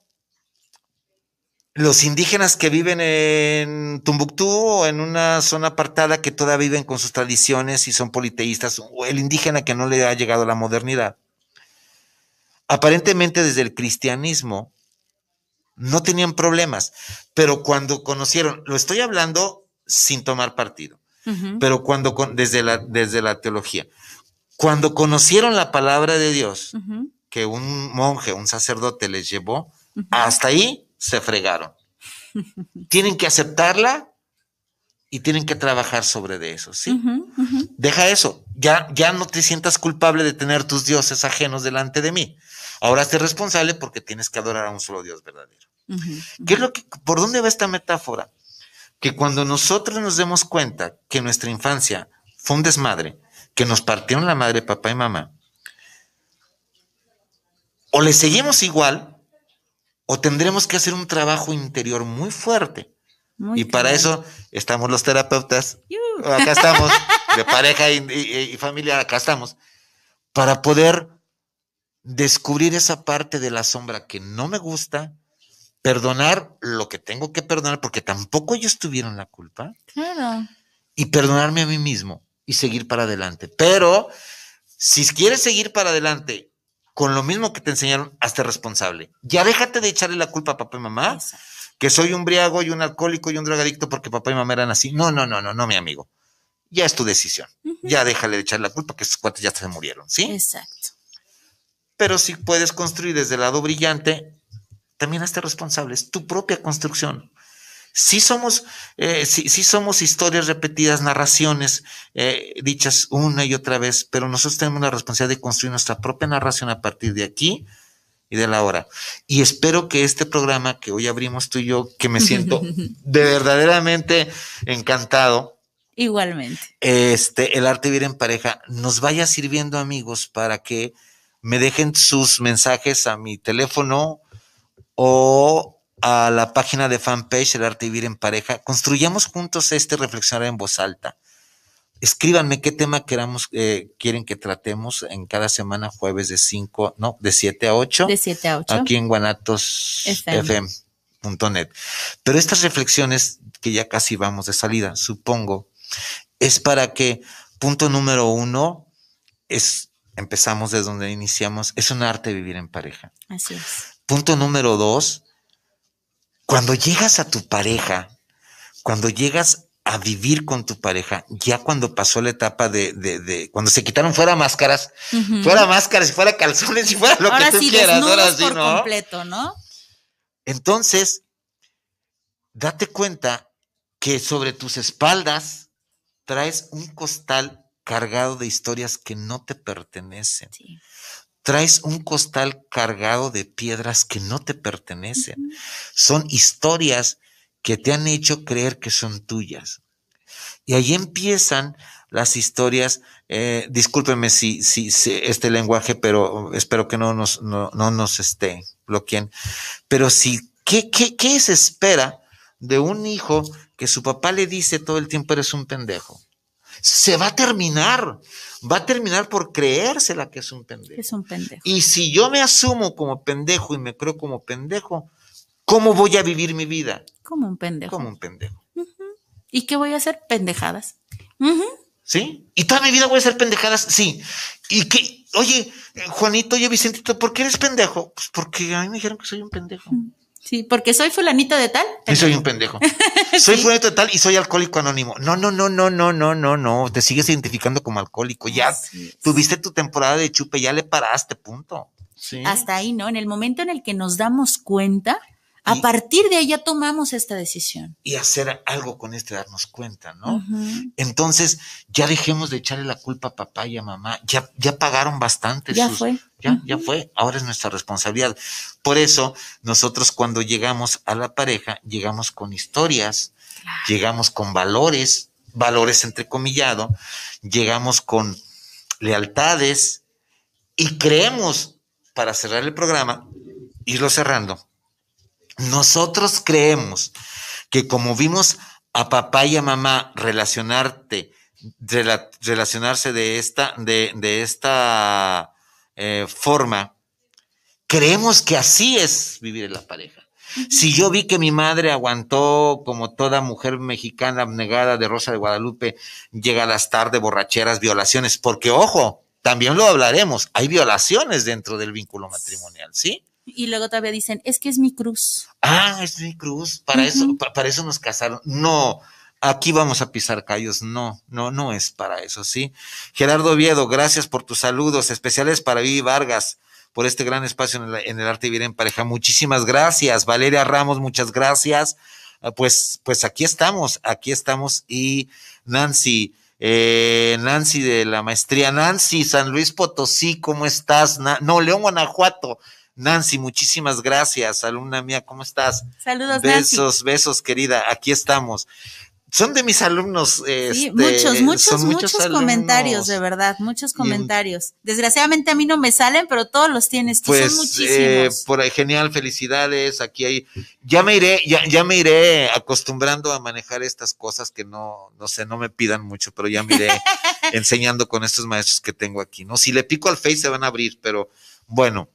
los indígenas que viven en Tumbuctú o en una zona apartada que todavía viven con sus tradiciones y son politeístas, o el indígena que no le ha llegado a la modernidad, aparentemente desde el cristianismo no tenían problemas, pero cuando conocieron, lo estoy hablando sin tomar partido, uh-huh. pero cuando, desde la, desde la teología, cuando conocieron la palabra de Dios, uh-huh. que un monje, un sacerdote les llevó, uh-huh. hasta ahí se fregaron. Tienen que aceptarla y tienen que trabajar sobre de eso, ¿sí? Uh-huh, uh-huh. Deja eso, ya, ya no te sientas culpable de tener tus dioses ajenos delante de mí. Ahora estés responsable porque tienes que adorar a un solo Dios verdadero. Uh-huh, uh-huh. ¿Qué es lo que, por dónde va esta metáfora? Que cuando nosotros nos demos cuenta que nuestra infancia fue un desmadre, que nos partieron la madre, papá y mamá, o le seguimos igual, o tendremos que hacer un trabajo interior muy fuerte. Muy y claro. Para eso estamos los terapeutas, uh. acá estamos, de pareja y, y, y familia, acá estamos, para poder descubrir esa parte de la sombra que no me gusta, perdonar lo que tengo que perdonar, porque tampoco ellos tuvieron la culpa, claro. y perdonarme a mí mismo y seguir para adelante. Pero si quieres seguir para adelante con lo mismo que te enseñaron, hazte responsable. Ya déjate de echarle la culpa a papá y mamá, Exacto. que soy un briago y un alcohólico y un drogadicto porque papá y mamá eran así. No, no, no, no, no, mi amigo. Ya es tu decisión. Uh-huh. Ya déjale de echarle la culpa que esos cuates ya se murieron, ¿sí? Exacto. Pero si puedes construir desde el lado brillante, también hazte responsable. Es tu propia construcción. Sí somos, eh, sí, sí somos historias repetidas, narraciones eh, dichas una y otra vez, pero nosotros tenemos la responsabilidad de construir nuestra propia narración a partir de aquí y de la hora. Y espero que este programa que hoy abrimos tú y yo, que me siento de verdaderamente encantado. Igualmente. Este, el arte de vivir en pareja nos vaya sirviendo, amigos, para que me dejen sus mensajes a mi teléfono o a la página de fanpage El Arte de Vivir en Pareja. Construyamos juntos este reflexionar en voz alta. Escríbanme qué tema queramos, eh, quieren que tratemos en cada semana, jueves de cinco, no, de siete a ocho. De siete a ocho. Aquí en guanatos f m punto net. Pero estas reflexiones, que ya casi vamos de salida, supongo, es para que, punto número uno, es, empezamos desde donde iniciamos, es un arte de vivir en pareja. Así es. Punto número dos, cuando llegas a tu pareja, cuando llegas a vivir con tu pareja, ya cuando pasó la etapa de, de, de cuando se quitaron fuera máscaras, uh-huh. fuera máscaras y fuera calzones y fuera lo ahora que tú sí, quieras, ahora sí, por ¿no? completo, ¿no? Entonces, date cuenta que sobre tus espaldas traes un costal cargado de historias que no te pertenecen. Sí. Traes un costal cargado de piedras que no te pertenecen. Uh-huh. Son historias que te han hecho creer que son tuyas. Y ahí empiezan las historias, eh, discúlpenme si, si, si este lenguaje, pero espero que no nos, no, no nos este, bloqueen. Pero si, ¿qué, qué, qué se espera de un hijo que su papá le dice todo el tiempo eres un pendejo? Se va a terminar, va a terminar por creérsela que es un pendejo. Es un pendejo. Y si yo me asumo como pendejo y me creo como pendejo, ¿cómo voy a vivir mi vida? Como un pendejo. Como un pendejo. Uh-huh. ¿Y qué voy a hacer? Pendejadas. Uh-huh. ¿Sí? ¿Y toda mi vida voy a hacer pendejadas? Sí. ¿Y qué? Oye, Juanito, oye, Vicentito, ¿por qué eres pendejo? Pues porque a mí me dijeron que soy un pendejo. Sí, porque soy fulanito de tal. Sí, soy un pendejo. Soy sí. fulanito de tal y soy alcohólico anónimo. No, no, no, no, no, no, no, no. Te sigues identificando como alcohólico. Ya sí, tuviste sí. tu temporada de chupe, ya le paraste, punto. Sí. Hasta ahí, ¿no? En el momento en el que nos damos cuenta, a y, partir de ahí ya tomamos esta decisión. Y hacer algo con esto, darnos cuenta, ¿no? Uh-huh. Entonces, ya dejemos de echarle la culpa a papá y a mamá. Ya, ya pagaron bastante. Ya sus, fue. Ya, uh-huh. ya fue. Ahora es nuestra responsabilidad. Por eso, nosotros cuando llegamos a la pareja, llegamos con historias, claro. llegamos con valores, valores entrecomillado, llegamos con lealtades y creemos, para cerrar el programa, irlo cerrando, nosotros creemos que como vimos a papá y a mamá relacionarte, rela, relacionarse de esta, de, de esta eh, forma, creemos que así es vivir en la pareja. Uh-huh. Si yo vi que mi madre aguantó como toda mujer mexicana abnegada de Rosa de Guadalupe, llegadas tarde, borracheras, violaciones, porque ojo, también lo hablaremos, hay violaciones dentro del vínculo matrimonial, ¿sí? Y luego todavía dicen, es que es mi cruz. Ah, es mi cruz, para uh-huh. eso, pa, para eso nos casaron. No, aquí vamos a pisar callos, no, no, no es para eso, ¿sí? Gerardo Oviedo, gracias por tus saludos, especiales para Vivi Vargas, por este gran espacio en el, en el arte de vivir en pareja. Muchísimas gracias. Valeria Ramos, muchas gracias. Pues, pues aquí estamos, aquí estamos. Y Nancy, eh, Nancy de la maestría, Nancy, San Luis Potosí, ¿cómo estás? Na- no, León, Guanajuato. Nancy, muchísimas gracias, alumna mía, ¿cómo estás? Saludos, besos, Nancy. Besos, querida, aquí estamos. Son de mis alumnos. Sí, este, muchos, muchos, muchos, muchos comentarios, de verdad, muchos comentarios. Y, desgraciadamente a mí no me salen, pero todos los tienes, tú, pues, son muchísimos. Eh, por ahí, genial, felicidades, aquí hay, ya me iré, ya, ya me iré acostumbrando a manejar estas cosas que no, no sé, no me pidan mucho, pero ya me iré enseñando con estos maestros que tengo aquí, ¿no? Si le pico al Face se van a abrir, pero bueno.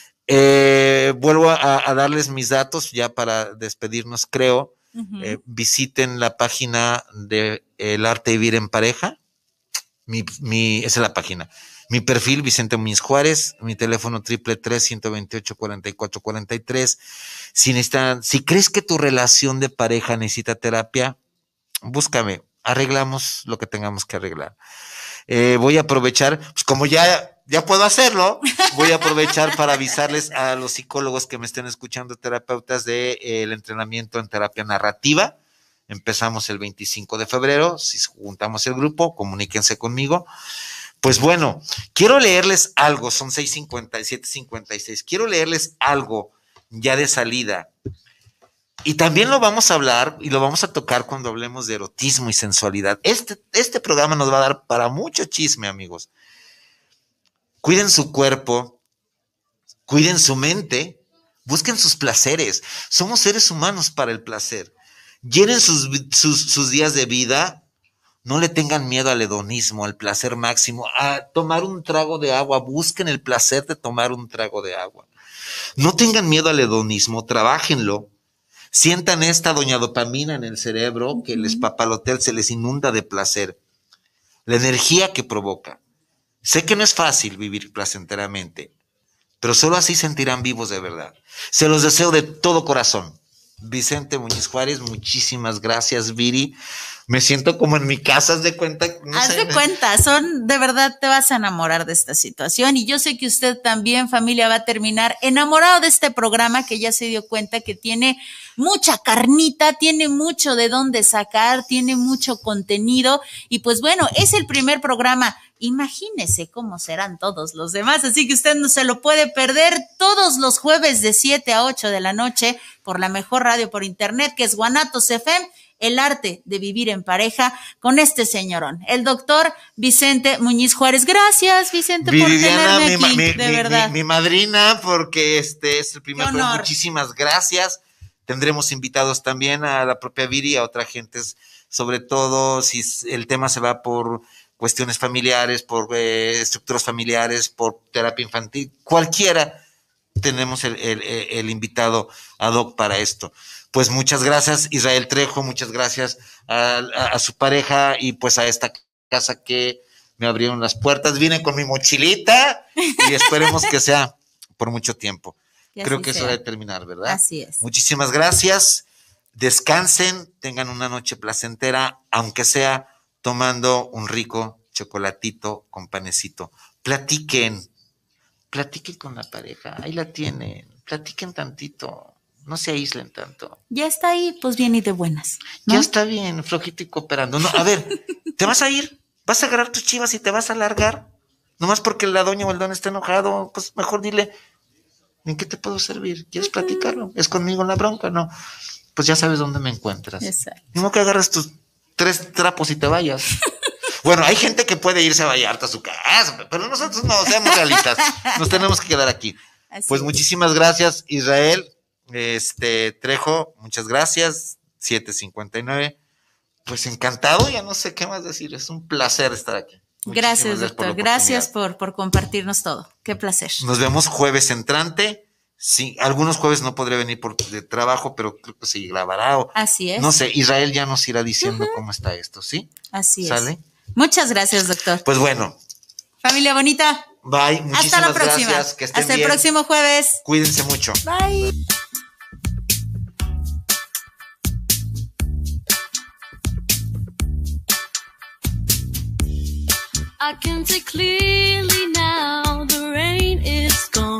Eh, vuelvo a, a darles mis datos ya para despedirnos, creo. Uh-huh. Eh, visiten la página de El Arte de Vivir en Pareja. Mi, mi, esa es la página. Mi perfil, Vicente Muñiz Juárez, mi teléfono triple tres, ciento veintiocho, cuarenta y cuatro, cuarenta y tres. Si necesitan, si crees que tu relación de pareja necesita terapia, búscame, arreglamos lo que tengamos que arreglar. Eh, voy a aprovechar, pues como ya, ya puedo hacerlo, voy a aprovechar para avisarles a los psicólogos que me estén escuchando, terapeutas, de eh, el entrenamiento en terapia narrativa. Empezamos el veinticinco de febrero, si juntamos el grupo, comuníquense conmigo. Pues bueno, quiero leerles algo, son seis cincuenta y siete, cincuenta y seis, quiero leerles algo ya de salida. Y también lo vamos a hablar y lo vamos a tocar cuando hablemos de erotismo y sensualidad. Este, este programa nos va a dar para mucho chisme, amigos. Cuiden su cuerpo, cuiden su mente, busquen sus placeres. Somos seres humanos para el placer. Llenen sus, sus, sus días de vida. No le tengan miedo al hedonismo, al placer máximo, a tomar un trago de agua. Busquen el placer de tomar un trago de agua. No tengan miedo al hedonismo, trabájenlo. Sientan esta doña dopamina en el cerebro que les papalotea, se les inunda de placer. La energía que provoca. Sé que no es fácil vivir placenteramente, pero solo así sentirán vivos de verdad. Se los deseo de todo corazón. Vicente Muñiz Juárez, muchísimas gracias, Viri. Me siento como en mi casa, haz de cuenta. No haz sé, de me... cuenta, son, de verdad te vas a enamorar de esta situación y yo sé que usted también, familia, va a terminar enamorado de este programa que ya se dio cuenta que tiene mucha carnita, tiene mucho de dónde sacar, tiene mucho contenido y pues bueno, es el primer programa. Imagínese cómo serán todos los demás, así que usted no se lo puede perder todos los jueves de siete a ocho de la noche por la mejor radio por internet que es Guanatos F M. El arte de vivir en pareja con este señorón, el doctor Vicente Muñiz Juárez. Gracias, Vicente, Viridiana, por tenerme mi, aquí, mi, de mi, verdad. Mi, mi madrina, porque este es el primer programa. Muchísimas gracias. Tendremos invitados también a la propia Viri, a otras gentes, sobre todo si el tema se va por cuestiones familiares, por eh, estructuras familiares, por terapia infantil, cualquiera. Tenemos el, el, el invitado ad hoc para esto. Pues muchas gracias, Israel Trejo, muchas gracias a, a, a su pareja y pues a esta casa que me abrieron las puertas. Vine con mi mochilita y esperemos que sea por mucho tiempo. Creo que es hora de terminar, ¿verdad? Así es. Muchísimas gracias. Descansen, tengan una noche placentera, aunque sea tomando un rico chocolatito con panecito. Platiquen, platiquen con la pareja, ahí la tienen, platiquen tantito. No se aíslen tanto. Ya está ahí, pues bien y de buenas, ¿no? Ya está bien, flojito y cooperando. No, a ver, ¿te vas a ir? ¿Vas a agarrar tus chivas y te vas a largar? Nomás porque la doña o el don está enojado, pues mejor dile, ¿en qué te puedo servir? ¿Quieres uh-huh. platicarlo? ¿Es conmigo en la bronca? No. Pues ya sabes dónde me encuentras. Exacto. No que agarres tus tres trapos y te vayas. Bueno, hay gente que puede irse a Vallarta a su casa, pero nosotros no, seamos realistas. Nos tenemos que quedar aquí. Así pues es. Muchísimas gracias, Israel. Este, Trejo, muchas gracias, siete cincuenta y nueve, pues encantado, ya no sé qué más decir, es un placer estar aquí. Gracias, doctor, por gracias por, por compartirnos todo, qué placer. Nos vemos jueves entrante, sí, algunos jueves no podré venir por de trabajo, pero creo que se grabará, o, así es. No sé, Israel ya nos irá diciendo uh-huh. cómo está esto, ¿sí? Así ¿Sale? es. Muchas gracias, doctor. Pues bueno. Familia bonita. Bye, muchísimas Hasta la próxima. Gracias, que estén Hasta bien. El próximo jueves. Cuídense mucho. Bye. I can see clearly now, the rain is gone.